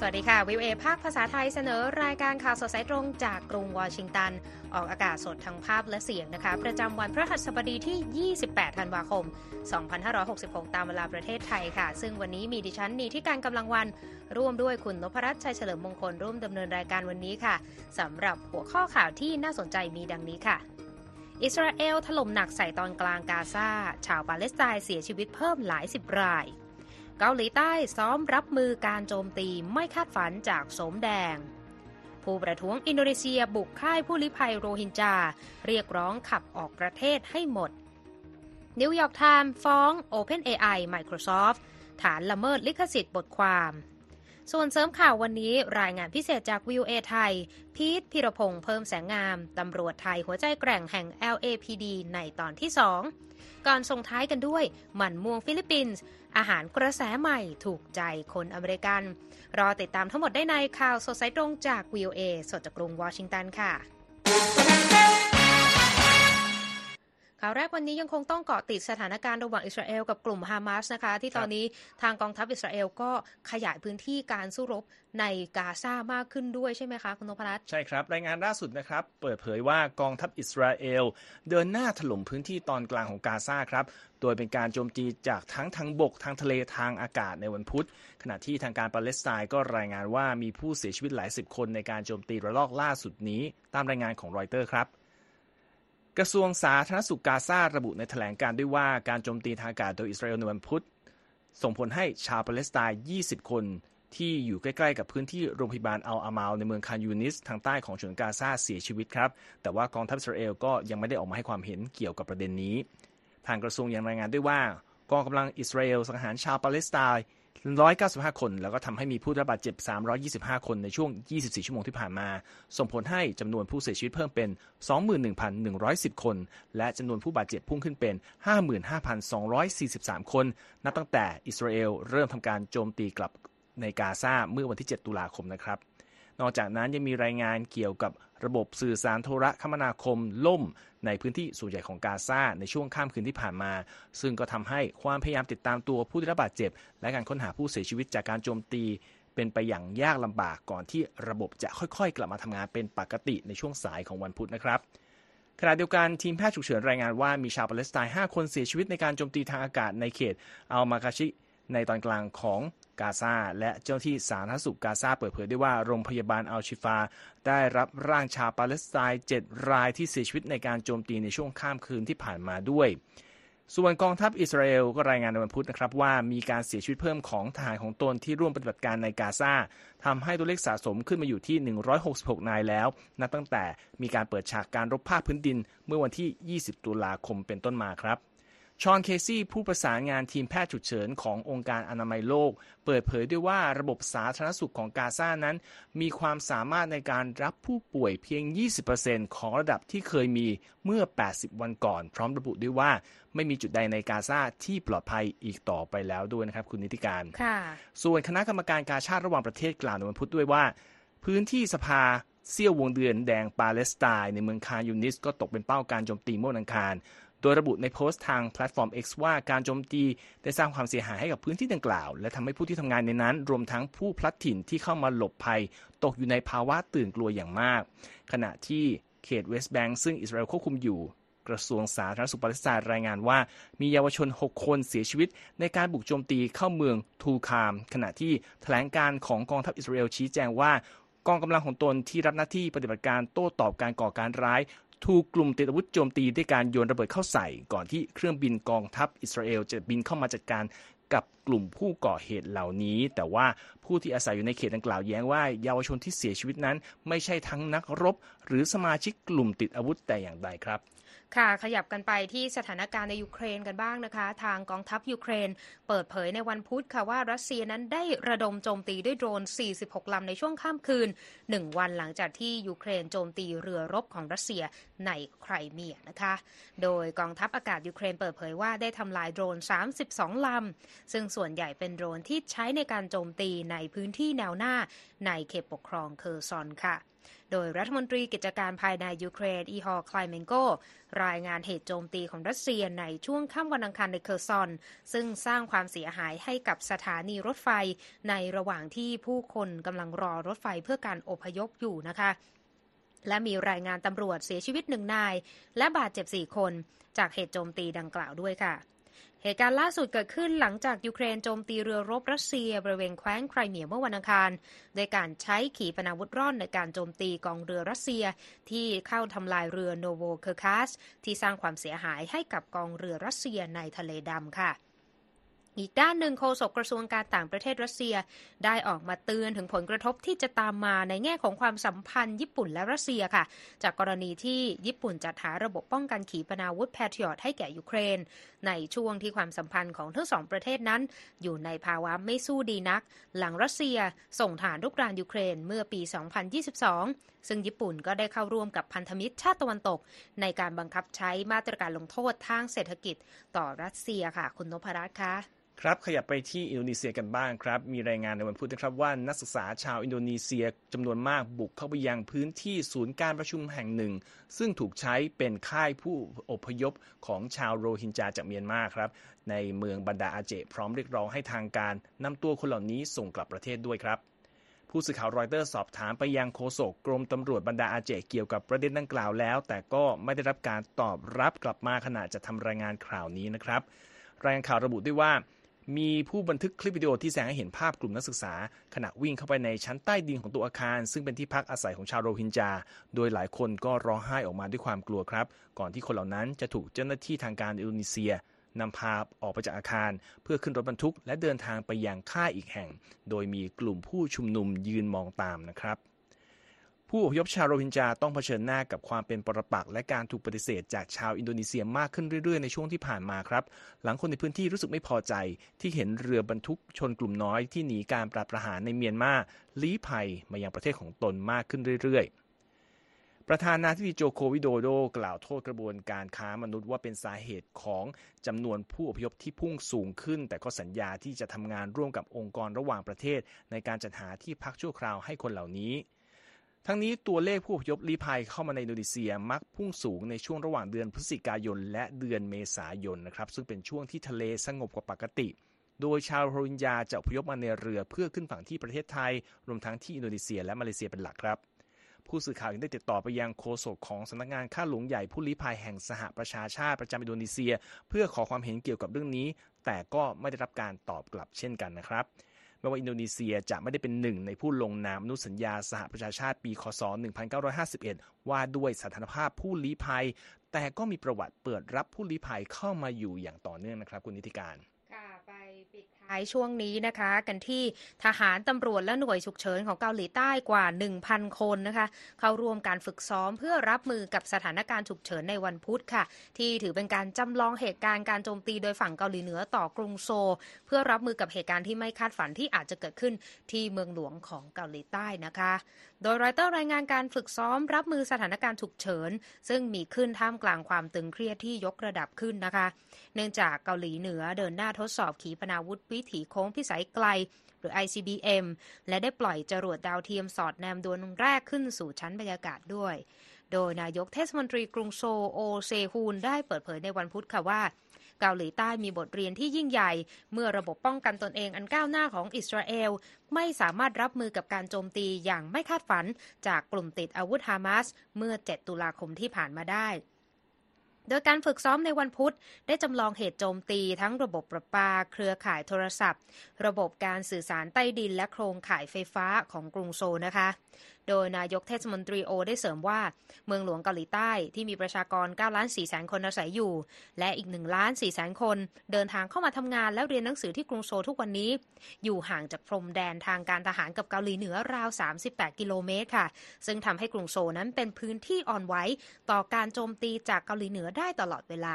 วัสดีค่ะ VOA ภาคภาษาไทยเสนอรายการข่าวสดสายตรงจากกรุงวอชิงตันออกอากาศสดทั้งภาพและเสียงนะคะประจำวันพฤหัสบดีที่ 28 ธันวาคม 2566 ตามเวลาประเทศไทยค่ะซึ่งวันนี้มีดิฉันนีที่การกำลังวันร่วมด้วยคุณนพรัตน์ชัยเฉลิมมงคลร่วมดำเนินรายการวันนี้ค่ะสำหรับหัวข้อข่าวที่น่าสนใจมีดังนี้ค่ะอิสราเอลถล่มหนักใส่ตอนกลางกาซาชาวปาเลสไตน์เสียชีวิตเพิ่มหลายสิบรายเกาหลีใต้ซ้อมรับมือการโจมตีไม่คาดฝันจากโสมแดงผู้ประท้วงอินโดนีเซียบุกค่ายผู้ลี้ภัยโรฮิงญาเรียกร้องขับออกประเทศให้หมดนิวยอร์กไทม์ฟ้อง OpenAI Microsoft ฐานละเมิดลิขสิทธิ์บทความส่วนเสริมข่าววันนี้รายงานพิเศษจาก VOA ไทยพีทพิรพงษ์เพิ่มแสงงามตำรวจไทยหัวใจแกร่งแห่ง LAPD ในตอนที่ 2ก่อนส่งท้ายกันด้วยหมั่นม่วงฟิลิปปินส์อาหารกระแสใหม่ถูกใจคนอเมริกันรอติดตามทั้งหมดได้ในข่าวสดสายตรงจาก VOA สดจากกรุงวอชิงตันค่ะข่าวแรกวันนี้ยังคงต้องเกาะติดสถานการณ์ระหว่างอิสราเอลกับกลุ่มฮามาสนะคะที่ตอนนี้ทางกองทัพอิสราเอลก็ขยายพื้นที่การสู้รบในกาซามากขึ้นด้วยใช่ไหมคะคุณนพรัตน์ใช่ครับรายงานล่าสุดนะครับเปิดเผยว่ากองทัพอิสราเอลเดินหน้าถล่มพื้นที่ตอนกลางของกาซาครับโดยเป็นการโจมตีจากทั้งทางบกทางทะเลทางอากาศในวันพุธขณะที่ทางการปาเลสไตน์ก็รายงานว่ามีผู้เสียชีวิตหลายสิบคนในการโจมตีระลอกล่าสุดนี้ตามรายงานของรอยเตอร์ครับกระทรวงสาธารณสุขกาซาระบุในแถลงการด้วยว่าการโจมตีทางอากาศโดยอิสราเอลในวันพุธส่งผลให้ชาวปาเลสไตน์20คนที่อยู่ใกล้ๆกับพื้นที่โรงพยาบาลอัลอามาลในเมืองคานยูนิสทางใต้ของฉนวนกาซาเสียชีวิตครับแต่ว่ากองทัพอิสราเอลก็ยังไม่ได้ออกมาให้ความเห็นเกี่ยวกับประเด็นนี้ทางกระทรวงยังรายงานด้วยว่ากองกำลังอิสราเอลสังหารชาวปาเลสไตน์195คนแล้วก็ทำให้มีผู้ได้รับบาดเจ็บ325คนในช่วง24ชั่วโมงที่ผ่านมาส่งผลให้จำนวนผู้เสียชีวิตเพิ่มเป็น 21,110 คนและจำนวนผู้บาดเจ็บพุ่งขึ้นเป็น 55,243 คนนับตั้งแต่อิสราเอลเริ่มทำการโจมตีกลับในกาซาเมื่อวันที่7ตุลาคมนะครับนอกจากนั้นยังมีรายงานเกี่ยวกับระบบสื่อสารโทรคมนาคมล่มในพื้นที่ส่วนใหญ่ของกาซาในช่วงค่ำคืนที่ผ่านมาซึ่งก็ทำให้ความพยายามติดตามตัวผู้ได้รับบาดเจ็บและการค้นหาผู้เสียชีวิตจากการโจมตีเป็นไปอย่างยากลำบากก่อนที่ระบบจะค่อยๆกลับมาทำงานเป็นปกติในช่วงสายของวันพุธนะครับขณะเดียวกันทีมแพทย์ฉุกเฉินรายงานว่ามีชาวปาเลสไตน์5คนเสียชีวิตในการโจมตีทางอากาศในเขตอัลมากาชิในตอนกลางของกาซาและเจ้าที่สาธารณสุขกาซาเปิดเผยได้ว่าโรงพยาบาลอัลชิฟาได้รับร่างชาวปาเลสไตน์7รายที่เสียชีวิตในการโจมตีในช่วงข้ามคืนที่ผ่านมาด้วยส่วนกองทัพอิสราเอลก็รายงานในวันพุธนะครับว่ามีการเสียชีวิตเพิ่มของทหารของตนที่ร่วมปฏิบัติการในกาซาทำให้ตัวเลขสะสมขึ้นมาอยู่ที่166นายแล้วนับตั้งแต่มีการเปิดฉากการรบภาคพื้นดินเมื่อวันที่20ตุลาคมเป็นต้นมาครับชอนเคซี่ผู้ประสานงานทีมแพทย์ฉุกเฉินขององค์การอนามัยโลกเปิดเผยด้วยว่าระบบสาธารณสุขของกาซานั้นมีความสามารถในการรับผู้ป่วยเพียง 20% ของระดับที่เคยมีเมื่อ80วันก่อนพร้อมระบุด้วยว่าไม่มีจุดใดในกาซาที่ปลอดภัยอีกต่อไปแล้วด้วยนะครับคุณนิติการส่วนคณะกรรมการกาชาดระหว่างประเทศกล่าวในวันพุธด้วยว่าพื้นที่สภาเสี้ยววงเดือนแดงปาเลสไตน์ในเมืองคานยูนิสก็ตกเป็นเป้าการโจมตีเมื่อวันอังคารโดยระบุในโพสต์ทางแพลตฟอร์ม X ว่าการโจมตีได้สร้างความเสียหายให้กับพื้นที่ดังกล่าวและทำให้ผู้ที่ทำงานในนั้นรวมทั้งผู้พลัดถิ่นที่เข้ามาหลบภัยตกอยู่ในภาวะตื่นกลัวอย่างมากขณะที่เขตเวสต์แบงก์ซึ่งอิสราเอลควบคุมอยู่กระทรวงสาธารณสุขปาเลสไตน์รายงานว่ามีเยาวชน6คนเสียชีวิตในการบุกโจมตีเข้าเมืองทูคามขณะที่แถลงการของกองทัพอิสราเอลชี้แจงว่ากองกำลังของตนที่รับหน้าที่ปฏิบัติการโต้ตอบการก่อการร้ายถูกกลุ่มติดอาวุธโจมตีด้วยการโยนระเบิดเข้าใส่ก่อนที่เครื่องบินกองทัพอิสราเอลจะบินเข้ามาจัดการกับกลุ่มผู้ก่อเหตุเหล่านี้แต่ว่าผู้ที่อาศัยอยู่ในเขตดังกล่าวแย้งว่าเยาวชนที่เสียชีวิตนั้นไม่ใช่ทั้งนักรบหรือสมาชิกกลุ่มติดอาวุธแต่อย่างใดครับค่ะขยับกันไปที่สถานการณ์ในยูเครนกันบ้างนะคะทางกองทัพยูเครนเปิดเผยในวันพุธค่ะว่ารัสเซียนั้นได้ระดมโจมตีด้วยโดรน46ลำในช่วงข้ามคืน1วันหลังจากที่ยูเครนโจมตีเรือรบของรัสเซียในไครเมียนะคะโดยกองทัพอากาศยูเครนเปิดเผยว่าได้ทำลายโดรน32ลำซึ่งส่วนใหญ่เป็นโดรนที่ใช้ในการโจมตีในพื้นที่แนวหน้าในเขตปกครองเคอร์ซอนค่ะโดยรัฐมนตรีกิจการภายในยูเครนอีฮอร์ คลายเมนโกรายงานเหตุโจมตีของรัสเซียในช่วงค่ำวันอังคารในเคอร์ซอนซึ่งสร้างความเสียหายให้กับสถานีรถไฟในระหว่างที่ผู้คนกำลังรอรถไฟเพื่อการอพยพอยู่นะคะและมีรายงานตำรวจเสียชีวิต1 นายและบาดเจ็บ4 คนจากเหตุโจมตีดังกล่าวด้วยค่ะเหตุการณ์ล่าสุดเกิดขึ้นหลังจากยูเครนโจมตีเรือรบรัสเซียบริเวณแคว้นไครเมียเมื่อวันอังคารโดยการใช้ขีปนาวุธร่อนในการโจมตีกองเรือรัสเซียที่เข้าทำลายเรือโนโวเคอร์คัสที่สร้างความเสียหายให้กับกองเรือรัสเซียในทะเลดำค่ะอีกด้านหนึ่งโฆษกกระทรวงการต่างประเทศรัสเซียได้ออกมาเตือนถึงผลกระทบที่จะตามมาในแง่ของความสัมพันธ์ญี่ปุ่นและรัสเซียค่ะจากกรณีที่ญี่ปุ่นจัดหาระบบป้องกันขีปนาวุธแพทริอตให้แก่ยูเครนในช่วงที่ความสัมพันธ์ของทั้งสองประเทศนั้นอยู่ในภาวะไม่สู้ดีนักหลังรัสเซียส่งฐานรุกรานยูเครนเมื่อปี 2022 ซึ่งญี่ปุ่นก็ได้เข้าร่วมกับพันธมิตรชาติตะวันตกในการบังคับใช้มาตรการลงโทษทางเศรษฐกิจต่อรัสเซียค่ะคุณนพรัตน์คะครับขยับไปที่อินโดนีเซียกันบ้างครับมีรายงานในวันพุธนะครับว่านักศึกษาชาวอินโดนีเซียจำนวนมากบุกเข้าไปยังพื้นที่ศูนย์การประชุมแห่งหนึ่งซึ่งถูกใช้เป็นค่ายผู้อพยพของชาวโรฮิงญาจากเมียนมาครับในเมืองบันดาอาเจพร้อมเรียกร้องให้ทางการนำตัวคนเหล่านี้ส่งกลับประเทศด้วยครับผู้สื่อข่าวรอยเตอร์สอบถามไปยังโฆษกกรมตำรวจบันดาอาเจเกี่ยวกับประเด็นดังกล่าวแล้วแต่ก็ไม่ได้รับการตอบรับกลับมาขณะจะทำรายงานข่าวนี้นะครับรายงานข่าวระบุด้วยว่ามีผู้บันทึกคลิปวิดีโอที่แสดงให้เห็นภาพกลุ่มนักศึกษาขณะวิ่งเข้าไปในชั้นใต้ดินของตัวอาคารซึ่งเป็นที่พักอาศัยของชาวโรฮิงญาโดยหลายคนก็ร้องไห้ออกมาด้วยความกลัวครับก่อนที่คนเหล่านั้นจะถูกเจ้าหน้าที่ทางการอินโดนีเซียนำพาออกไปจากอาคารเพื่อขึ้นรถบรรทุกและเดินทางไปยังค่ายอีกแห่งโดยมีกลุ่มผู้ชุมนุมยืนมองตามนะครับผู้อพยพชาวโรฮิงญาต้องเผชิญหน้ากับความเป็นปรปักษ์และการถูกปฏิเสธจากชาวอินโดนีเซียมากขึ้นเรื่อยๆในช่วงที่ผ่านมาครับหลังคนในพื้นที่รู้สึกไม่พอใจที่เห็นเรือบรรทุกชนกลุ่มน้อยที่หนีการปราบประหารในเมียนมาลี้ภัยมายังประเทศของตนมากขึ้นเรื่อยๆประธานาธิบดีโจโควิโดโดกล่าวโทษกระบวนการค้ามนุษย์ว่าเป็นสาเหตุของจำนวนผู้อพยพที่พุ่งสูงขึ้นแต่ก็สัญญาที่จะทำงานร่วมกับองค์กรระหว่างประเทศในการจัดหาที่พักชั่วคราวให้คนเหล่านี้ทั้งนี้ตัวเลขผู้อพยพลี้ภัยเข้ามาในอินโดนีเซียมักพุ่งสูงในช่วงระหว่างเดือนพฤศจิกายนและเดือนเมษายนนะครับซึ่งเป็นช่วงที่ทะเลสงบกว่าปกติโดยชาวโรฮิงญาจะอพยพมาในเรือเพื่อขึ้นฝั่งที่ประเทศไทยรวมทั้งที่อินโดนีเซียและมาเลเซียเป็นหลักครับผู้สื่อข่าวยังได้ติดต่อไปยังโฆษกของสำนักงานข้าหลวงใหญ่ผู้ลี้ภัยแห่งสหประชาชาติประจำอินโดนีเซียเพื่อขอความเห็นเกี่ยวกับเรื่องนี้แต่ก็ไม่ได้รับการตอบกลับเช่นกันนะครับแม้ว่าอินโดนีเซียจะไม่ได้เป็นหนึ่งในผู้ลงนามอนุสัญญาสหประชาชาติปีคศ1951ว่าด้วยสถานภาพผู้ลี้ภัยแต่ก็มีประวัติเปิดรับผู้ลี้ภัยเข้ามาอยู่อย่างต่อเนื่องนะครับคุณนิติการค่ะไปปิดท้ายช่วงนี้นะคะกันที่ทหารตำรวจและหน่วยฉุกเฉินของเกาหลีใต้กว่า 1,000 คนนะคะเข้าร่วมการฝึกซ้อมเพื่อรับมือกับสถานการณ์ฉุกเฉินในวันพุธค่ะที่ถือเป็นการจำลองเหตุการณ์การโจมตีโดยฝั่งเกาหลีเหนือต่อกรุงโซลเพื่อรับมือกับเหตุการณ์ที่ไม่คาดฝันที่อาจจะเกิดขึ้นที่เมืองหลวงของเกาหลีใต้นะคะโดยรอยเตอร์รายงานการฝึกซ้อมรับมือสถานการณ์ฉุกเฉินซึ่งมีขึ้นท่ามกลางความตึงเครียดที่ยกระดับขึ้นนะคะเนื่องจากเกาหลีเหนือเดินหน้าทดสอบขีปนาวุธวิถีโค้งพิสัยไกลหรือ ICBM และได้ปล่อยจรวดดาวเทียมสอดแนมดวงแรกขึ้นสู่ชั้นบรรยากาศด้วยโดยนายกเทศมนตรีกรุงโซลโอเซฮูนได้เปิดเผยในวันพุธค่ะว่าเกาหลีใต้มีบทเรียนที่ยิ่งใหญ่เมื่อระบบป้องกันตนเองอันก้าวหน้าของอิสราเอลไม่สามารถรับมือกับการโจมตีอย่างไม่คาดฝันจากกลุ่มติดอาวุธฮามาสเมื่อ 7 ตุลาคมที่ผ่านมาได้โดยการฝึกซ้อมในวันพุธได้จำลองเหตุโจมตีทั้งระบบประปาเครือข่ายโทรศัพท์ระบบการสื่อสารใต้ดินและโครงข่ายไฟฟ้าของกรุงโซลนะคะโดยนายกเทศมนตรีโอได้เสริมว่าเมืองหลวงเกาหลีใต้ที่มีประชากร 9,400,000 คนอาศัยอยู่และอีก 1,400,000 คนเดินทางเข้ามาทำงานและเรียนหนังสือที่กรุงโซลทุกวันนี้อยู่ห่างจากพรมแดนทางการทหารกับเกาหลีเหนือราว38 กิโลเมตรค่ะซึ่งทำให้กรุงโซลนั้นเป็นพื้นที่อ่อนไหวต่อการโจมตีจากเกาหลีเหนือได้ตลอดเวลา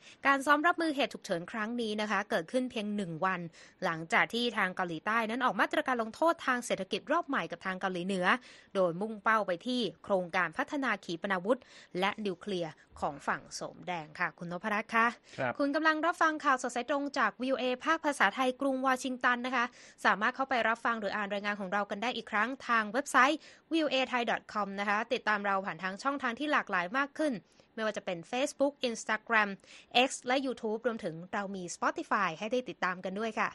การซ้อมรับมือเหตุฉุกเฉินครั้งนี้นะคะเกิดขึ้นเพียง1 วันหลังจากที่ทางเกาหลีใต้นั้นออกมาตรการลงโทษทางเศรษฐกิจรอบใหม่กับทางเกาหลีเหนือโดยมุ่งเป้าไปที่โครงการพัฒนาขีปนาวุธและนิวเคลียร์ของฝั่งโสมแดงค่ะคุณนพรัตน์คะคุณกำลังรับฟังข่าวสดสายตรงจาก VOA ภาคภาษาไทยกรุงวอชิงตันนะคะสามารถเข้าไปรับฟังหรืออ่านรายงานของเรากันได้อีกครั้งทางเว็บไซต์ voathai.com นะคะติดตามเราผ่านทางช่องทางที่หลากหลายมากขึ้นไม่ว่าจะเป็น Facebook Instagram X และ YouTube รวมถึงเรามี Spotify ให้ได้ติดตามกันด้วยค่ะ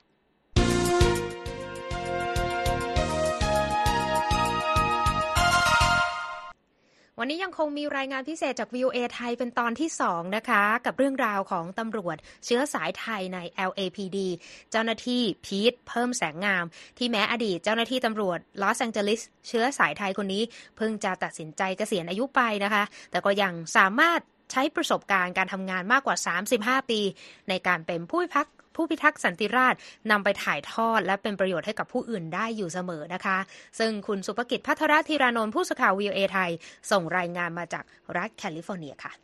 วันนี้ยังคงมีรายงานพิเศษจาก VOA ไทยเป็นตอนที่2นะคะกับเรื่องราวของตำรวจเชื้อสายไทยใน LAPD เจ้าหน้าที่พีทเพิ่มแสงงามที่แม้อดีตเจ้าหน้าที่ตำรวจลอสแองเจลิสเชื้อสายไทยคนนี้เพิ่งจะตัดสินใจเกษียณอายุไปนะคะแต่ก็ยังสามารถใช้ประสบการณ์การทำงานมากกว่า35 ปีในการเป็นผู้พิทักษ์สันติราษฎร์นำไปถ่ายทอดและเป็นประโยชน์ให้กับผู้อื่นได้อยู่เสมอนะคะซึ่งคุณสุภกิจภัทรธีรานนท์ผู้สื่อข่าว VOA ไทยส่งรายงานมาจากรัฐแคลิฟอร์เนียค่ะ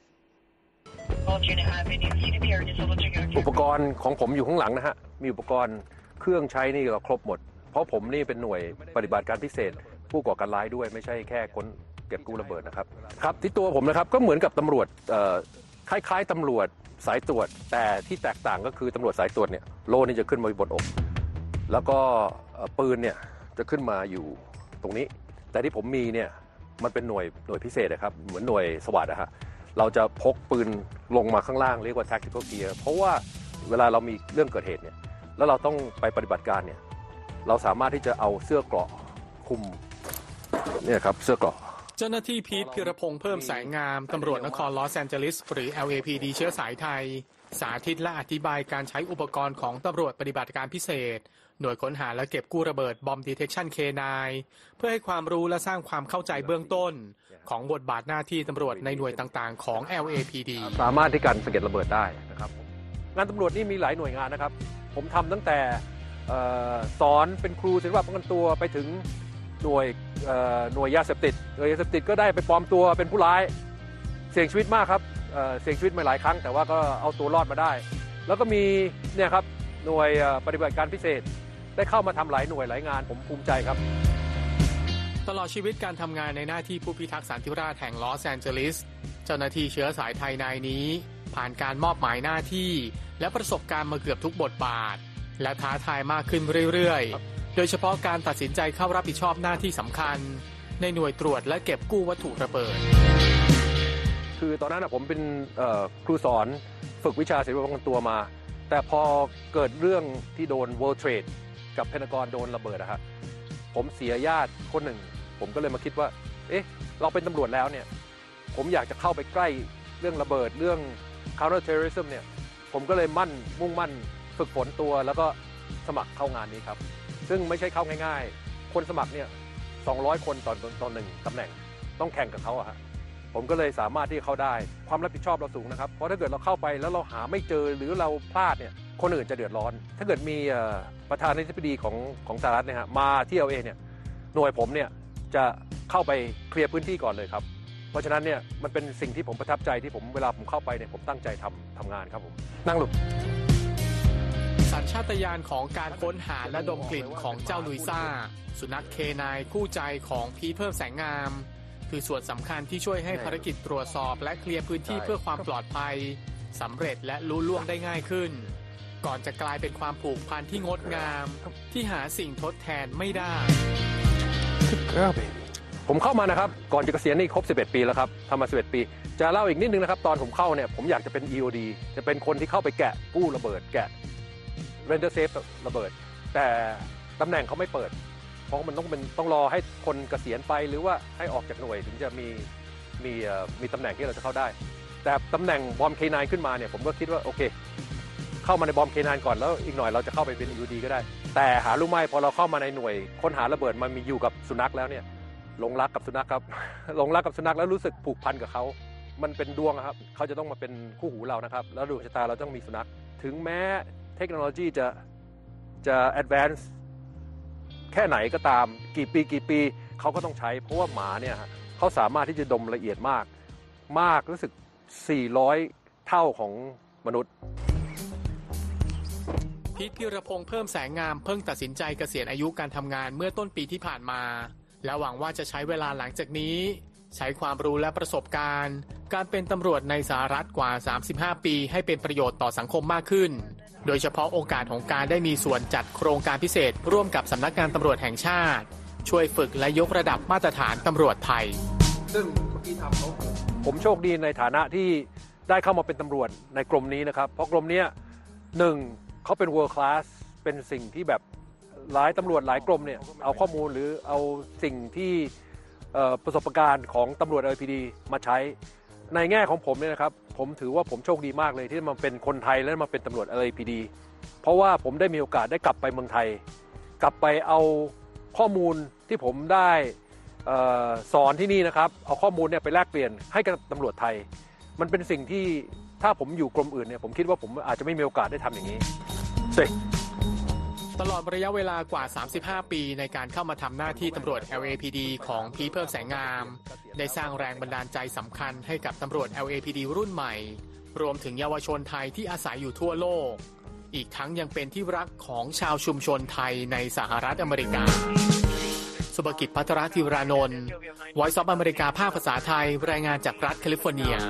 อุปกรณ์ของผมอยู่ข้างหลังนะฮะมีอุปกรณ์เครื่องใช้นี่ก็ครบหมดเพราะผมนี่เป็นหน่วยปฏิบัติการพิเศษผู้ก่อการร้ายด้วยไม่ใช่แค่คนเก็บกู้ระเบิดนะครับครับที่ตัวผมนะครับก็เหมือนกับตำรวจคล้ายๆตำรวจสายตรวจแต่ที่แตกต่างก็คือตำรวจสายตรวจเนี่ยโล่นี่จะขึ้นมาบนอกแล้วก็ปืนเนี่ยจะขึ้นมาอยู่ตรงนี้แต่ที่ผมมีเนี่ยมันเป็นหน่วยพิเศษนะครับเหมือนหน่วยสวัสดิ์นะฮะเราจะพกปืนลงมาข้างล่างเรียกว่า tactical gear เพราะว่าเวลาเรามีเรื่องเกิดเหตุเนี่ยแล้วเราต้องไปปฏิบัติการเนี่ยเราสามารถที่จะเอาเสื้อเกราะคลุมเนี่ยครับเสื้อเกราะเจ้าหน้าที่พีท พิรพงษ์เพิ่มแสงงามตำรวจนครลอสแอนเจลิสหรือ LAPD เชื้อสายไทยสาธิตและอธิบายการใช้อุปกรณ์ของตำรวจปฏิบัติการพิเศษหน่วยค้นหาและเก็บกู้ระเบิดบอมดีเทคชั่น K9 เพื่อให้ความรู้และสร้างความเข้าใจเบื้องต้นของบทบาทหน้าที่ตำรวจในหน่วยต่างๆของ LAPD สามารถที่การสะเก็ดระเบิดได้นะครับงานตำรวจนี่มีหลายหน่วยงานนะครับผมทำตั้งแต่สอนเป็นครูศิลปะป้องกันตัวไปถึงหน่วยยาเสพติดก็ได้ไปปลอมตัวเป็นผู้ร้ายเสี่ยงชีวิตมากครับเสี่ยงชีวิตมาหลายครั้งแต่ว่าก็เอาตัวรอดมาได้แล้วก็มีเนี่ยครับหน่วยปฏิบัติการพิเศษได้เข้ามาทำหลายหน่วยหลายงานผมภูมิใจครับตลอดชีวิตการทำงานในหน้าที่ผู้พิทักษ์สันติราษฎร์แห่งลอสแอนเจลิสเจ้าหน้าที่เชื้อสายไทยนายนี้ผ่านการมอบหมายหน้าที่และประสบการณ์มาเกือบทุกบทบาทและท้าทายมากขึ้นเรื่อยๆโดยเฉพาะการตัดสินใจเข้ารับผิดชอบหน้าที่สำคัญในหน่วยตรวจและเก็บกู้วัตถุระเบิดคือตอนนั้นผมเป็นครูสอนฝึกวิชาศิลปะป้องกันตัวมาแต่พอเกิดเรื่องที่โดน World Trade กับเพนทากอนโดนระเบิดนะครับผมเสียญาติคนหนึ่งผมก็เลยมาคิดว่าเอ๊ะเราเป็นตำรวจแล้วเนี่ยผมอยากจะเข้าไปใกล้เรื่องระเบิดเรื่อง counter terrorism เนี่ยผมก็เลยมุ่งมั่นฝึกฝนตัวแล้วก็สมัครเข้างานนี้ครับซึ่งไม่ใช่เข้าง่ายๆคนสมัครเนี่ย200 คนต่อหนึ่งตำแหน่งต้องแข่งกับเขาอะฮะผมก็เลยสามารถที่เข้าได้ความรับผิดชอบเราสูงนะครับเพราะถ้าเกิดเราเข้าไปแล้วเราหาไม่เจอหรือเราพลาดเนี่ยคนอื่นจะเดือดร้อนถ้าเกิดมีประธานาธิบดีของสหรัฐเนี่ยฮะมาที่ LA เนี่ยหน่วยผมเนี่ยจะเข้าไปเคลียร์พื้นที่ก่อนเลยครับเพราะฉะนั้นเนี่ยมันเป็นสิ่งที่ผมประทับใจที่เวลาผมเข้าไปเนี่ยผมตั้งใจทำงานครับผมนั่งหลุดสัญชาตญาณของการค้นหาและดมกลิ่นของเจ้าลุยซ่าสุนัขเคนายคู่ใจของพีทเพิ่มแสงงามคือส่วนสำคัญที่ช่วยให้ภารกิจตรวจสอบและเคลียร์พื้นที่เพื่อความปลอดภัยสำเร็จและลุล่วงได้ง่ายขึ้นก่อนจะกลายเป็นความผูกพันที่งดงามที่หาสิ่งทดแทนไม่ได้ผมเข้ามานะครับก่อนจะเกษียณนี่ครบ11 ปีแล้วครับทำมา11 ปีจะเล่าอีกนิดนึงนะครับตอนผมเข้าเนี่ยผมอยากจะเป็น EOD จะเป็นคนที่เข้าไปแกะกู้ระเบิดแกะ Render Safe ระเบิดแต่ตำแหน่งเขาไม่เปิดเพราะมันต้องรอให้คนเกษียณไปหรือว่าให้ออกจากหน่วยถึงจะมีตำแหน่งที่เราจะเข้าได้แต่ตำแหน่งบอม K9 ขึ้นมาเนี่ยผมก็คิดว่าโอเคเข้ามาในบอม K9 ก่อนแล้วอีกหน่อยเราจะเข้าไปเป็น EOD ก็ได้แต่หารู้ไหมพอเราเข้ามาในหน่วยค้นหาระเบิดมันมีอยู่กับสุนัขแล้วเนี่ยหลงรักกับสุนัขครับหลงรักกับสุนัขแล้วรู้สึกผูกพันกับเขามันเป็นดวงครับเขาจะต้องมาเป็นคู่หูเรานะครับแล้วดวงชะตาเราต้องมีสุนัขถึงแม้เทคโนโลยีจะ advance แค่ไหนก็ตามกี่ปีเขาก็ต้องใช้เพราะว่าหมาเนี่ยเขาสามารถที่จะดมละเอียดมากรู้สึก400 เท่าของมนุษย์พีท พิรพงษ์เพิ่มแสงงามเพิ่งตัดสินใจเกษียณอายุการทำงานเมื่อต้นปีที่ผ่านมาและหวังว่าจะใช้เวลาหลังจากนี้ใช้ความรู้และประสบการณ์การเป็นตำรวจในสหรัฐกว่า35ปีให้เป็นประโยชน์ต่อสังคมมากขึ้นโดยเฉพาะโอกาสของการได้มีส่วนจัดโครงการพิเศษร่วมกับสำนักงานตำรวจแห่งชาติช่วยฝึกและยกระดับมาตรฐานตำรวจไทยซึ่งเมื่อกี้ทำเขาผมโชคดีในฐานะที่ได้เข้ามาเป็นตำรวจในกรมนี้นะครับเพราะกรมนี้หนึ่งเขาเป็น world class เป็นสิ่งที่แบบหลายตำรวจหลายกรมเนี่ยเอาข้อมูลหรือเอาสิ่งที่ประสบการณ์ของตำรวจ LAPD มาใช้ในแง่ของผมเนี่ยนะครับผมถือว่าผมโชคดีมากเลยที่มาเป็นคนไทยและมาเป็นตำรวจ LAPD เพราะว่าผมได้มีโอกาสได้กลับไปเมืองไทยกลับไปเอาข้อมูลที่ผมได้สอนที่นี่นะครับเอาข้อมูลเนี่ยไปแลกเปลี่ยนให้กับตำรวจไทยมันเป็นสิ่งที่ถ้าผมอยู่กรมอื่นเนี่ยผมคิดว่าผมอาจจะไม่มีโอกาสได้ทำอย่างนี้ตลอดระยะเวลากว่า35ปีในการเข้ามาทำหน้าที่ตำรวจ LAPD ของพีท เพิ่มแสงงามได้สร้างแรงบันดาลใจสำคัญให้กับตำรวจ LAPD รุ่นใหม่รวมถึงเยาวชนไทยที่อาศัยอยู่ทั่วโลกอีกทั้งยังเป็นที่รักของชาวชุมชนไทยในสหรัฐอเมริกาสุภกิจ ภัทรธีรานนท์ Voice of America ภาคภาษาไทยรายงานจากรัฐแคลิฟอร์เนีย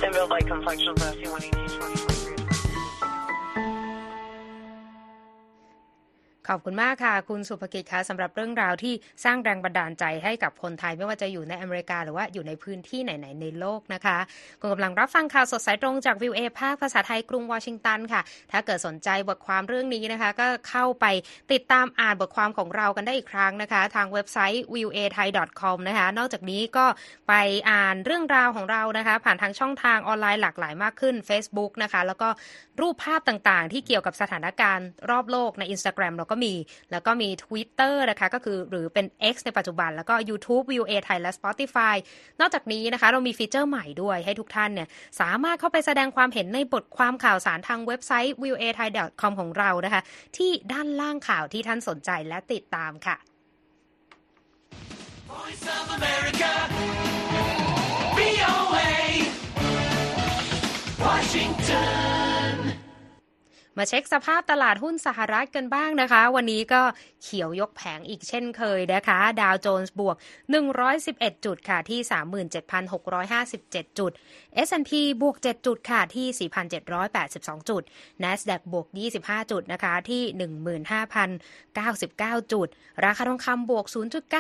ขอบคุณมากค่ะคุณสุภกิจคะสำหรับเรื่องราวที่สร้างแรงบันดาลใจให้กับคนไทยไม่ว่าจะอยู่ในอเมริกาหรือว่าอยู่ในพื้นที่ไหนๆในโลกนะคะคุณกำลังรับฟังข่าวสดสายตรงจาก VOA ภาคภาษาไทยกรุงวอชิงตันค่ะถ้าเกิดสนใจบทความเรื่องนี้นะคะก็เข้าไปติดตามอ่านบทความของเรากันได้อีกครั้งนะคะทางเว็บไซต์ voathai.com นะคะนอกจากนี้ก็ไปอ่านเรื่องราวของเรานะคะผ่านทางช่องทางออนไลน์หลากหลายมากขึ้น Facebook นะคะแล้วก็รูปภาพต่างๆที่เกี่ยวกับสถานการณ์รอบโลกใน Instagram แล้วก็มี Twitter นะคะก็คือหรือเป็น X ในปัจจุบันแล้วก็ YouTube VOA Thai และ Spotify นอกจากนี้นะคะเรามีฟีเจอร์ใหม่ด้วยให้ทุกท่านเนี่ยสามารถเข้าไปแสดงความเห็นในบทความข่าวสารทางเว็บไซต์ voathai.com ของเรานะคะที่ด้านล่างข่าวที่ท่านสนใจและติดตามค่ะ Voice of America VOA Washingtonมาเช็คสภาพตลาดหุ้นสหรัฐกันบ้างนะคะวันนี้ก็เขียวยกแผงอีกเช่นเคยนะคะดาวโจนส์บวก111จุดค่ะที่ 37,657 จุด S&P บวก7จุดค่ะที่ 4,782 จุด NASDAQ บวก25จุดนะคะที่ 15,099 จุดราคาทองคำบวก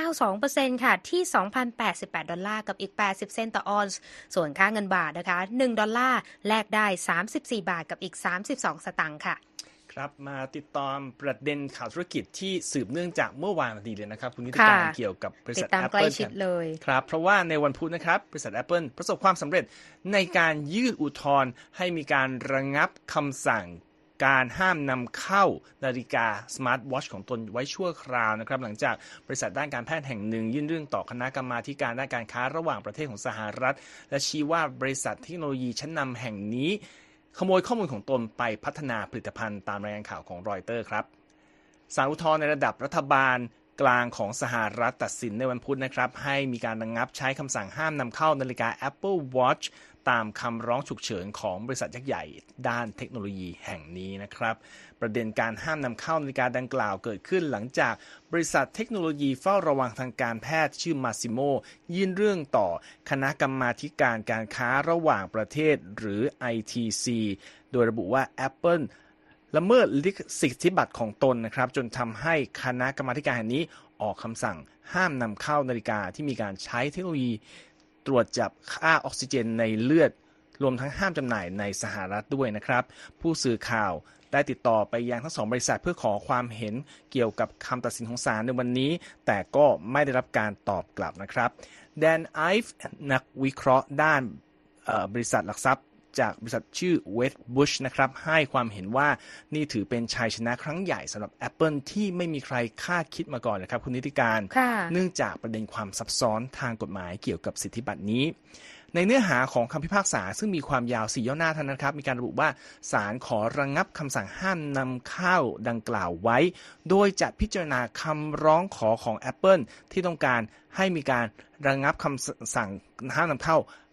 0.92% ค่ะที่ $2,088 ดอลลาร์กับอีก80เซนต์ต่อออนซ์ส่วนค่าเงินบาทนะคะ$1แลกได้34บาทกับอีก32สตางค์ค่ะครับมาติดตามประเด็นข่าวธุรกิจที่สืบเนื่องจากเมื่อวานนี้เลยนะครับคุณนิติการเกี่ยวกับบริษัท Apple ครับเพราะว่าในวันพุธนะครับบริษัท Apple ประสบความสำเร็จในการยื่นอุทธรณ์ให้มีการระงับคำสั่งการห้ามนำเข้านาฬิกาสมาร์ทวอทช์ของตนไว้ชั่วคราวนะครับหลังจากบริษัทด้านการแพทย์แห่งหนึ่งยื่นเรื่องต่อคณะกรรมาธิการด้านการค้าระหว่างประเทศของสหรัฐและชี้ว่าบริษัทเทคโนโลยีชั้นนำแห่งนี้ขโมยข้อมูลของตนไปพัฒนาผลิตภัณฑ์ตามรายงานข่าวของรอยเตอร์ครับศาลอุทธรณ์ในระดับรัฐบาลกลางของสหรัฐตัดสินในวันพุธนะครับให้มีการระงับใช้คำสั่งห้ามนำเข้านาฬิกา Apple Watch ตามคำร้องฉุกเฉินของบริษัทยักษ์ใหญ่ด้านเทคโนโลยีแห่งนี้นะครับประเด็นการห้ามนำเข้านาฬิกาดังกล่าวเกิดขึ้นหลังจากบริษัทเทคโนโลยีเฝ้าระวังทางการแพทย์ชื่อ Masimo ยื่นเรื่องต่อคณะกรรมาธิการการค้าระหว่างประเทศหรือ ITC โดยระบุว่า Apple ละเมิดลิขสิทธิบัตรของตนนะครับจนทำให้คณะกรรมาธิการแห่งนี้ออกคำสั่งห้ามนำเข้านาฬิกาที่มีการใช้เทคโนโลยีตรวจจับค่าออกซิเจนในเลือดรวมทั้งห้ามจำหน่ายในสหรัฐด้วยนะครับผู้สื่อข่าวได้ติดต่อไปยังทั้ง2บริษัทเพื่อขอความเห็นเกี่ยวกับคำตัดสินของศาลในวันนี้แต่ก็ไม่ได้รับการตอบกลับนะครับแดนไอฟ์นักวิเคราะห์ด้านบริษัทหลักทรัพย์จากบริษัทชื่อ Wedbush นะครับให้ความเห็นว่านี่ถือเป็นชัยชนะครั้งใหญ่สำหรับ Apple ที่ไม่มีใครคาดคิดมาก่อนนะครับคุณนิติการเนื่องจากประเด็นความซับซ้อนทางกฎหมายเกี่ยวกับสิทธิบัตรนี้ในเนื้อหาของคำพิพากษาซึ่งมีความยาว4ย่อหน้าเท่านั้นครับมีการระบุว่าศาลขอระงับคำสั่งห้ามนำเข้าดังกล่าวไว้โดยจะพิจารณาคำร้องขอของ Apple ที่ต้องการให้มีการระงับคำสั่งห้ามนำเข้า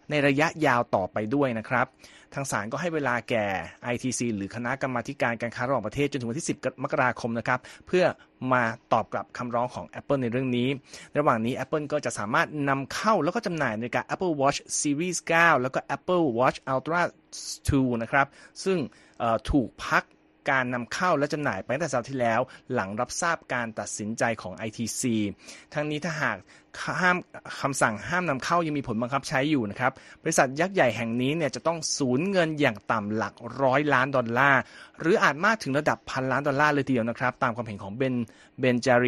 ในระยะยาวต่อไปด้วยนะครับทางศาลก็ให้เวลาแก่ ITC หรือคณะกรรมาธิการการค้าระหว่างประเทศจนถึงวันที่10 มกราคมนะครับเพื่อมาตอบกลับคำร้องของ Apple ในเรื่องนี้ระหว่างนี้ Apple ก็จะสามารถนำเข้าแล้วก็จำหน่ายนาฬิกา Apple Watch Series 9 แล้วก็ Apple Watch Ultra 2 นะครับซึ่งถูกพักการนำเข้าและจำหน่ายไปตั้งแต่สัปดาห์ที่แล้วหลังรับทราบการตัดสินใจของ ITC ทั้งนี้ถ้าหากคำสั่งห้ามนำเข้ายังมีผลบังคับใช้อยู่นะครับบริษัทยักษ์ใหญ่แห่งนี้เนี่ยจะต้องสูญเงินอย่างต่ำหลัก$100 ล้านหรืออาจมากถึงระดับ$1,000 ล้านเลยทีเดียวนะครับตามความเห็นของเบนจารี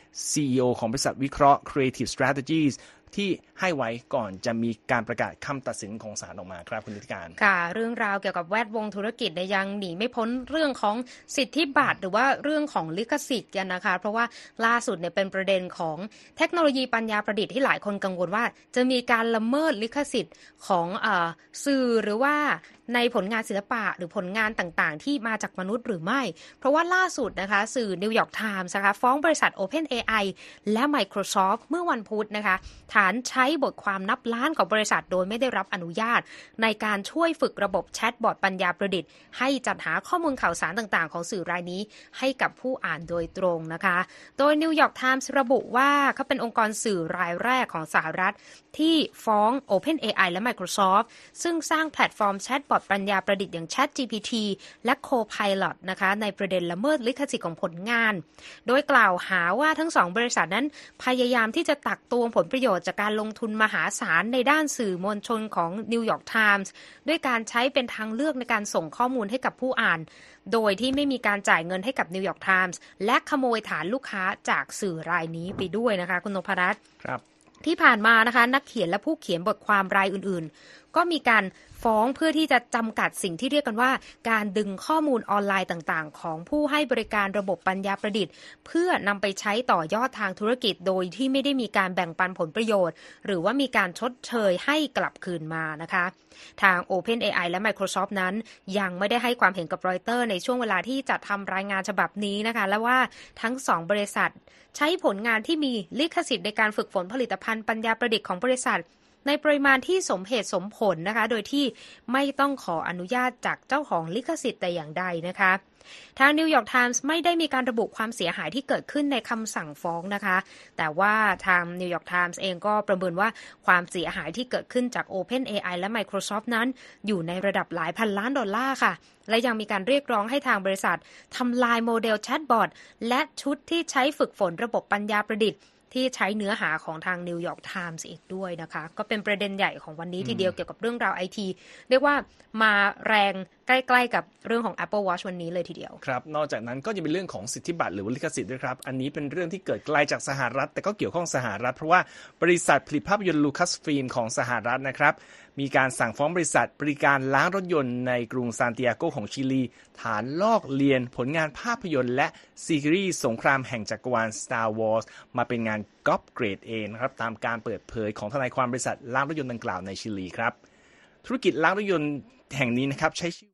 CEO ของบริษัทวิเคราะห์ Creative Strategies ที่ให้ไว้ก่อนจะมีการประกาศคำตัดสินของศาลออกมาครับคุณนิติการค่ะเรื่องราวเกี่ยวกับแวดวงธุรกิจยังหนีไม่พ้นเรื่องของสิทธิบัตรหรือว่าเรื่องของลิขสิทธิ์กันนะคะเพราะว่าล่าสุดเนี่ยเป็นประเด็นของเทคโนโลยีปัญญาประดิษฐ์ที่หลายคนกังวลว่าจะมีการละเมิดลิขสิทธิ์ของสื่อหรือว่าในผลงานศิลปะหรือผลงานต่างๆที่มาจากมนุษย์หรือไม่เพราะว่าล่าสุดนะคะสื่อ New York Times นะคะฟ้องบริษัท OpenAI และ Microsoft เมื่อวันพุธนะคะฐานใช้บทความนับล้านของบริษัทโดยไม่ได้รับอนุญาตในการช่วยฝึกระบบแชทบอทปัญญาประดิษฐ์ให้จัดหาข้อมูลข่าวสารต่างๆของสื่อรายนี้ให้กับผู้อ่านโดยตรงนะคะโดย New York Times ระบุว่าเขาเป็นองค์กรสื่อรายแรกของสหรัฐที่ฟ้อง OpenAI และ Microsoft ซึ่งสร้างแพลตฟอร์มแชทบอทปัญญาประดิษฐ์อย่าง ChatGPT และ Copilot นะคะในประเด็นละเมิดลิขสิทธิ์ของผลงานโดยกล่าวหาว่าทั้งสองบริษัทนั้นพยายามที่จะตักตวงผลประโยชน์จากการลงทุนมหาศาลในด้านสื่อมวลชนของ New York Times ด้วยการใช้เป็นทางเลือกในการส่งข้อมูลให้กับผู้อ่านโดยที่ไม่มีการจ่ายเงินให้กับ New York Times และขโมยฐานลูกค้าจากสื่อรายนี้ไปด้วยนะคะคุณนพรัตน์ครับที่ผ่านมานะคะนักเขียนและผู้เขียนบทความรายอื่นๆก็มีการฟ้องเพื่อที่จะจำกัดสิ่งที่เรียกกันว่าการดึงข้อมูลออนไลน์ต่างๆของผู้ให้บริการระบบปัญญาประดิษฐ์เพื่อนำไปใช้ต่อยอดทางธุรกิจโดยที่ไม่ได้มีการแบ่งปันผลประโยชน์หรือว่ามีการชดเชยให้กลับคืนมานะคะทาง OpenAI และ Microsoft นั้นยังไม่ได้ให้ความเห็นกับรอยเตอร์ในช่วงเวลาที่จัดทำรายงานฉบับนี้นะคะและว่าทั้ง2บริษัทใช้ผลงานที่มีลิขสิทธิ์ในการฝึกฝนผลิตภัณฑ์ปัญญาประดิษฐ์ของบริษัทในปริมาณที่สมเหตุสมผลนะคะโดยที่ไม่ต้องขออนุญาตจากเจ้าของลิขสิทธิ์แต่อย่างใดนะคะทาง New York Times ไม่ได้มีการระบุความเสียหายที่เกิดขึ้นในคำสั่งฟ้องนะคะแต่ว่าทาง New York Times เองก็ประเมินว่าความเสียหายที่เกิดขึ้นจาก OpenAI และ Microsoft นั้นอยู่ในระดับหลายพันล้านดอลลาร์ค่ะและยังมีการเรียกร้องให้ทางบริษัททำลายโมเดลแชทบอทและชุดที่ใช้ฝึกฝนระบบปัญญาประดิษฐ์ที่ใช้เนื้อหาของทาง New York Times อีกด้วยนะคะก็เป็นประเด็นใหญ่ของวันนี้ทีเดียวเกี่ยวกับเรื่องราว IT เรียกว่ามาแรงใกล้ๆกับเรื่องของ Apple Watch วันนี้เลยทีเดียวครับนอกจากนั้นก็จะเป็นเรื่องของสิทธิบัตรหรือลิขสิทธิ์ด้วยครับอันนี้เป็นเรื่องที่เกิดไกลจากสหรัฐแต่ก็เกี่ยวข้องสหรัฐเพราะว่าบริษัทผลิตภาพยนตร์ Lucasfilm ของสหรัฐนะครับมีการสั่งฟ้องบริษัทบริการล้างรถยนต์ในกรุงซานติอาโกของชิลีฐานลอกเลียนผลงานภาพยนตร์และซีรีส์สงครามแห่งจักรวาล Star Wars มาเป็นงานก๊อปเกรด A นะครับตามการเปิดเผยของทนายความบริษัทล้างรถยนต์ดังกล่าวในชิลีครับธุรกิจล้างรถยนต์แห่งนี้นะครับใช้ชื่อ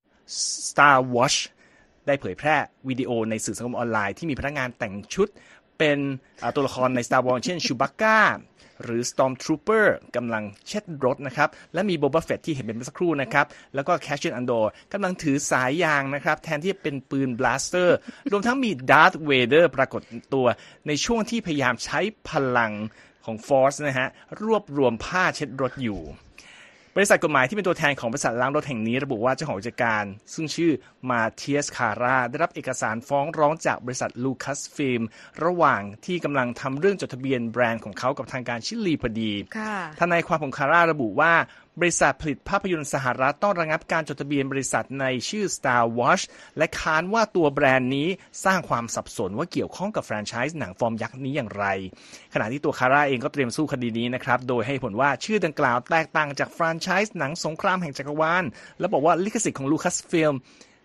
Star Watch ได้เผยแพร่วิดีโอในสื่อสังคมออนไลน์ที่มีพนักงานแต่งชุดเป็นตัวละครใน Star Wars เช่น Chewbacca หรือ Stormtrooper กำลังเช็ดรถนะครับและมี Boba Fett ที่เห็นเป็นเมื่อสักครู่นะครับแล้วก็ Cassian Andor กำลังถือสายยางนะครับแทนที่จะเป็นปืน blaster รวมทั้งมี Darth Vader ปรากฏตัวในช่วงที่พยายามใช้พลังของ Force นะฮะรวบรวมผ้าเช็ดรถอยู่บริษัทกฎหมายที่เป็นตัวแทนของบริษัทล้างรถแห่งนี้ระบุว่าเจ้าของกิจการซึ่งชื่อมาเทียสคาร่าได้รับเอกสารฟ้องร้องจากบริษัท Lucasfilm ระหว่างที่กำลังทำเรื่องจดทะเบียนแบรนด์ของเขากับทางการชิลีพอดีทนายความของคาร่าระบุว่าบริษัทผลิตภาพยนตร์สหรัฐต้องระงับการจดทะเบียนบริษัทในชื่อ Star Watch และค้านว่าตัวแบรนด์นี้สร้างความสับสนว่าเกี่ยวข้องกับแฟรนไชส์หนังฟอร์มยักษ์นี้อย่างไรขณะที่ตัวคาร่าเองก็เตรียมสู้คดีนี้นะครับโดยให้ผลว่าชื่อดังกล่าวแตกต่างจากแฟรนไชส์หนังสงครามแห่งจักรวาลและบอกว่าลิขสิทธิ์ของ Lucasfilm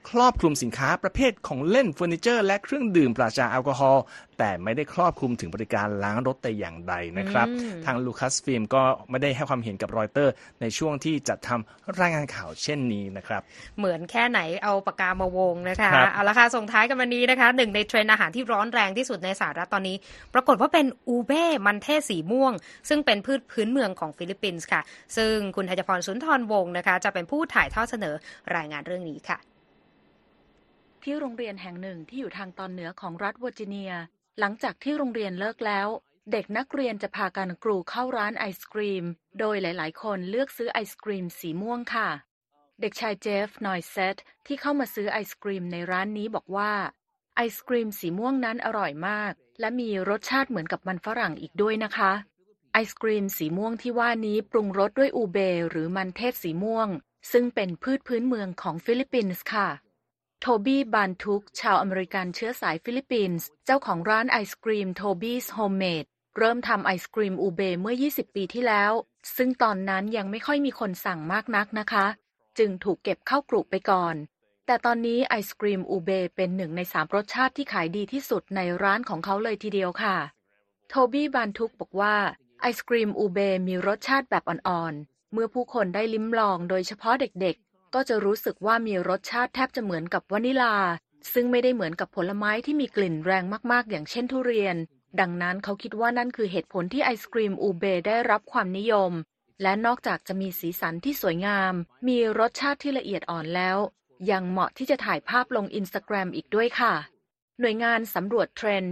ครอบคลุมสินค้าประเภทของเล่นเฟอร์นิเจอร์และเครื่องดื่มปราศจากแอลกอฮอล์แต่ไม่ได้ครอบคลุมถึงบริการล้างรถแต่อย่างใดนะครับทางลูคัสฟิล์มก็ไม่ได้ให้ความเห็นกับรอยเตอร์ในช่วงที่จัดทำรายงานข่าวเช่นนี้นะครับเหมือนแค่ไหนเอาปากกามาวงนะคะเอาละค่ะส่งท้ายกันวันนี้นะคะหนึ่งในเทรนด์อาหารที่ร้อนแรงที่สุดในสหรัฐตอนนี้ปรากฏว่าเป็นอูเบ้มันเทศสีม่วงซึ่งเป็นพืชพื้นเมืองของฟิลิปปินส์ค่ะซึ่งคุณธัญพรสุนทรวงศ์นะคะจะเป็นผู้ถ่ายทอดเสนอรายงานเรื่องนี้ค่ะที่โรงเรียนแห่งหนึ่งที่อยู่ทางตอนเหนือของรัฐเวอร์จิเนียหลังจากที่โรงเรียนเลิกแล้วเด็กนักเรียนจะพากันกรูเข้าร้านไอศกรีมโดยหลายๆคนเลือกซื้อไอศกรีมสีม่วงค่ะเด็กชายเจฟนอยเซตที่เข้ามาซื้อไอศกรีมในร้านนี้บอกว่าไอศกรีมสีม่วงนั้นอร่อยมากและมีรสชาติเหมือนกับมันฝรั่งอีกด้วยนะคะไอศกรีมสีม่วงที่ว่านี้ปรุงรสด้วยอูเบหรือมันเทศสีม่วงซึ่งเป็นพืชพื้นเมืองของฟิลิปปินส์ค่ะโทบี้บานทุกชาวอเมริกันเชื้อสายฟิลิปปินส์เจ้าของร้านไอศกรีมโทบี้ส์โฮมเมดเริ่มทำไอศกรีมอูเบเมื่อ20ปีที่แล้วซึ่งตอนนั้นยังไม่ค่อยมีคนสั่งมากนักนะคะจึงถูกเก็บเข้ากรุไปก่อนแต่ตอนนี้ไอศกรีมอูเบเป็น1 ใน 3รสชาติที่ขายดีที่สุดในร้านของเขาเลยทีเดียวค่ะโทบี้บานทุกบอกว่าไอศกรีมอูเบมีรสชาติแบบอ่อนๆเมื่อผู้คนได้ลิ้มลองโดยเฉพาะเด็กๆก็จะรู้สึกว่ามีรสชาติแทบจะเหมือนกับวานิลาซึ่งไม่ได้เหมือนกับผลไม้ที่มีกลิ่นแรงมากๆอย่างเช่นทุเรียนดังนั้นเขาคิดว่านั่นคือเหตุผลที่ไอศกรีมอูเบได้รับความนิยมและนอกจากจะมีสีสันที่สวยงามมีรสชาติที่ละเอียดอ่อนแล้วยังเหมาะที่จะถ่ายภาพลง Instagram อีกด้วยค่ะหน่วยงานสำรวจเทรนด์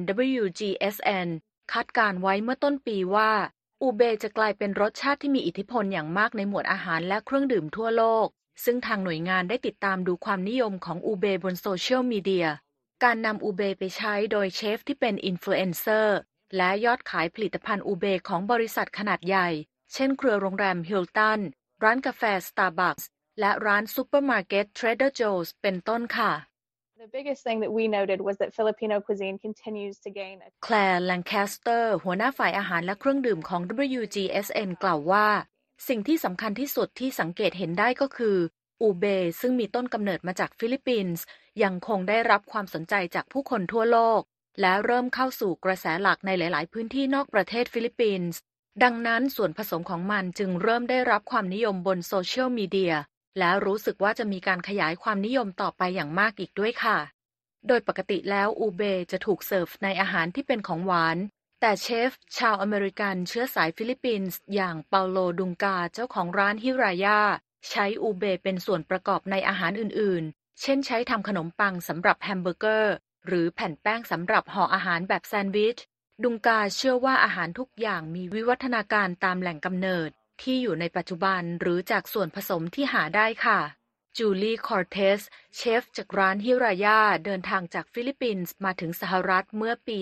WGSN คาดการไว้เมื่อต้นปีว่าอูเบจะกลายเป็นรสชาติที่มีอิทธิพลอย่างมากในหมวดอาหารและเครื่องดื่มทั่วโลกซึ่งทางหน่วยงานได้ติดตามดูความนิยมของอูเบบนโซเชียลมีเดียการนำอูเบไปใช้โดยเชฟที่เป็นอินฟลูเอนเซอร์และยอดขายผลิตภัณฑ์อูเบของบริษัทขนาดใหญ่เช่นเครือโรงแรมฮิลตันร้านกาแฟ Starbucks และร้านซูเปอร์มาร์เก็ต Trader Joe's เป็นต้นค่ะ The biggest thing that we noted was that Filipino cuisine continues to gain. แคลร์ แลงแคสเตอร์หัวหน้าฝ่ายอาหารและเครื่องดื่มของ WGSN กล่าวว่าสิ่งที่สำคัญที่สุดที่สังเกตเห็นได้ก็คืออูเบซึ่งมีต้นกำเนิดมาจากฟิลิปปินส์ยังคงได้รับความสนใจจากผู้คนทั่วโลกและเริ่มเข้าสู่กระแสหลักในหลายๆพื้นที่นอกประเทศฟิลิปปินส์ดังนั้นส่วนผสมของมันจึงเริ่มได้รับความนิยมบนโซเชียลมีเดียและรู้สึกว่าจะมีการขยายความนิยมต่อไปอย่างมากอีกด้วยค่ะโดยปกติแล้วอูเบจะถูกเสิร์ฟในอาหารที่เป็นของหวานแต่เชฟชาวอเมริกันเชื้อสายฟิลิปปินส์อย่างเปาโลดุงกาเจ้าของร้านฮิรายาใช้อูเบเป็นส่วนประกอบในอาหารอื่นๆเช่นใช้ทำขนมปังสำหรับแฮมเบอร์เกอร์หรือแผ่นแป้งสำหรับห่ออาหารแบบแซนด์วิชดุงกาเชื่อว่าอาหารทุกอย่างมีวิวัฒนาการตามแหล่งกำเนิดที่อยู่ในปัจจุบันหรือจากส่วนผสมที่หาได้ค่ะจูลี่คอร์เทสเชฟจากร้านฮิรายาเดินทางจากฟิลิปปินส์มาถึงสหรัฐเมื่อปี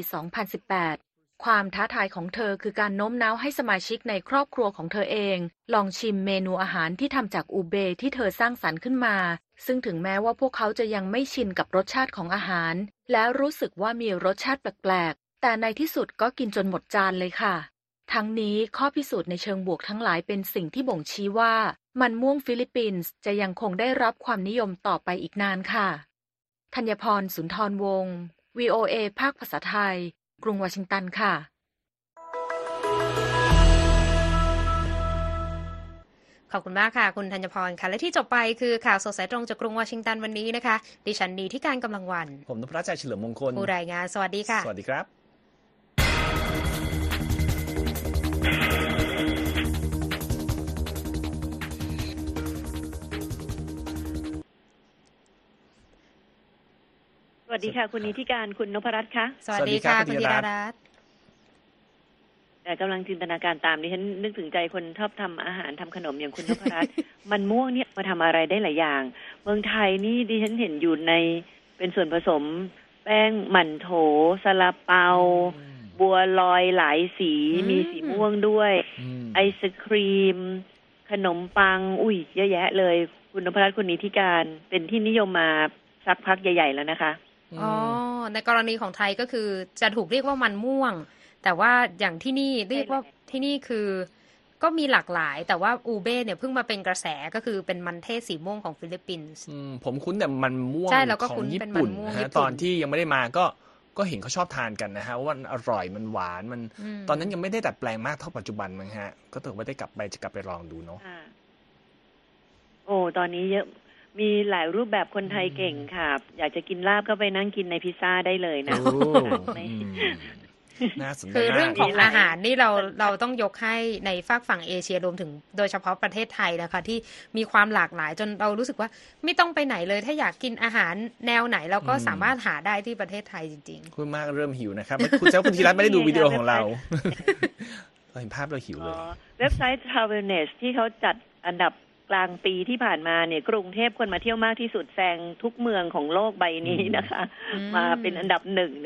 2018 ความท้าทายของเธอคือการโน้มน้าวให้สมาชิกในครอบครัวของเธอเองลองชิมเมนูอาหารที่ทำจากอูเบที่เธอสร้างสรรค์ขึ้นมาซึ่งถึงแม้ว่าพวกเขาจะยังไม่ชินกับรสชาติของอาหารและรู้สึกว่ามีรสชาติแปลกๆแต่ในที่สุดก็กินจนหมดจานเลยค่ะทั้งนี้ข้อพิสูจน์ในเชิงบวกทั้งหลายเป็นสิ่งที่บ่งชี้ว่ามันม่วงฟิลิปปินส์จะยังคงได้รับความนิยมต่อไปอีกนานค่ะธัญพรสุนทรวงศ์ VOA ภาคภาษาไทยกรุงวอชิงตันค่ะขอบคุณมากค่ะคุณธัญพรค่ะและที่จบไปคือข่าวสดสายตรงจากกรุงวอชิงตันวันนี้นะคะดิฉันดีที่การกำลังวันผมนพรัชชัยเฉลิมมงคลผู้รายงานสวัสดีค่ะสวัสดีครับสวัสดีค่ะคุณนิติการคุณนพรัตน์คะสวัสดีค่ะคุณธีรรัตน์แต่กำลังจินตนาการตามดิฉันนึกถึงใจคนชอบทำอาหารทำขนมอย่างคุณนพรัตน์ มันม่วงเนี่ยมาทำอะไรได้หลายอย่างเมืองไทยนี่ดิฉันเห็นอยู่ในเป็นส่วนผสมแป้งหมั่นโถซาลาเปาบัวลอยหลายสีมีสีม่วงด้วยไอศครีมขนมปังอุ้ยเยอะแยะเลยคุณนพรัตน์คุณนิติการเป็นที่นิยมมาสักพักใหญ่ๆแล้วนะคะอ๋อในกรณีของไทยก็คือจะถูกเรียกว่ามันม่วงแต่ว่าอย่างที่นี่เรียกว่าที่นี่คือก็มีหลากหลายแต่ว่าอูเบ้เนี่ยเพิ่งมาเป็นกระแสก็คือเป็นมันเทศสีม่วงของฟิลิปปินส์ผมคุ้นแต่มันม่วงใช่แล้วก็ขอคุ้งนญี่เป็นปุ่นมันม่วงนะญี่ฮะปุ่นตอนที่ยังไม่ได้มาก็เห็นเขาชอบทานกันนะฮะว่ามันอร่อยมันหวานมันตอนนั้นยังไม่ได้ดัดแปลงมากเท่าปัจจุบันมั้งฮะก็ถือว่าได้จะกลับไปลองดูเนาะโอ้ตอนนี้เยอะมีหลายรูปแบบคนไทยเก่งค่ะอยากจะกินลาบก็ไปนั่งกินในพิซซ่าได้เลยนะน่าสนใจคือเรื่องของอาหารนี่เราต้องยกให้ในฝากฝั่งเอเชียรวมถึงโดยเฉพาะประเทศไทยนะคะที่มีความหลากหลายจนเรารู้สึกว่าไม่ต้องไปไหนเลยถ้าอยากกินอาหารแนวไหนเราก็สามารถหาได้ที่ประเทศไทยจริงๆคุณมากเริ่มหิวนะครับคุณธีรัตน์ไม่ได้ดูวิดีโอของเราเห็นภาพเราหิวเลยเว็บไซต์ Travelness ที่เขาจัดอันดับกลางปีที่ผ่านมาเนี่ยกรุงเทพคนมาเที่ยวมากที่สุดแซงทุกเมืองของโลกใบนี้นะคะมาเป็นอันดับ1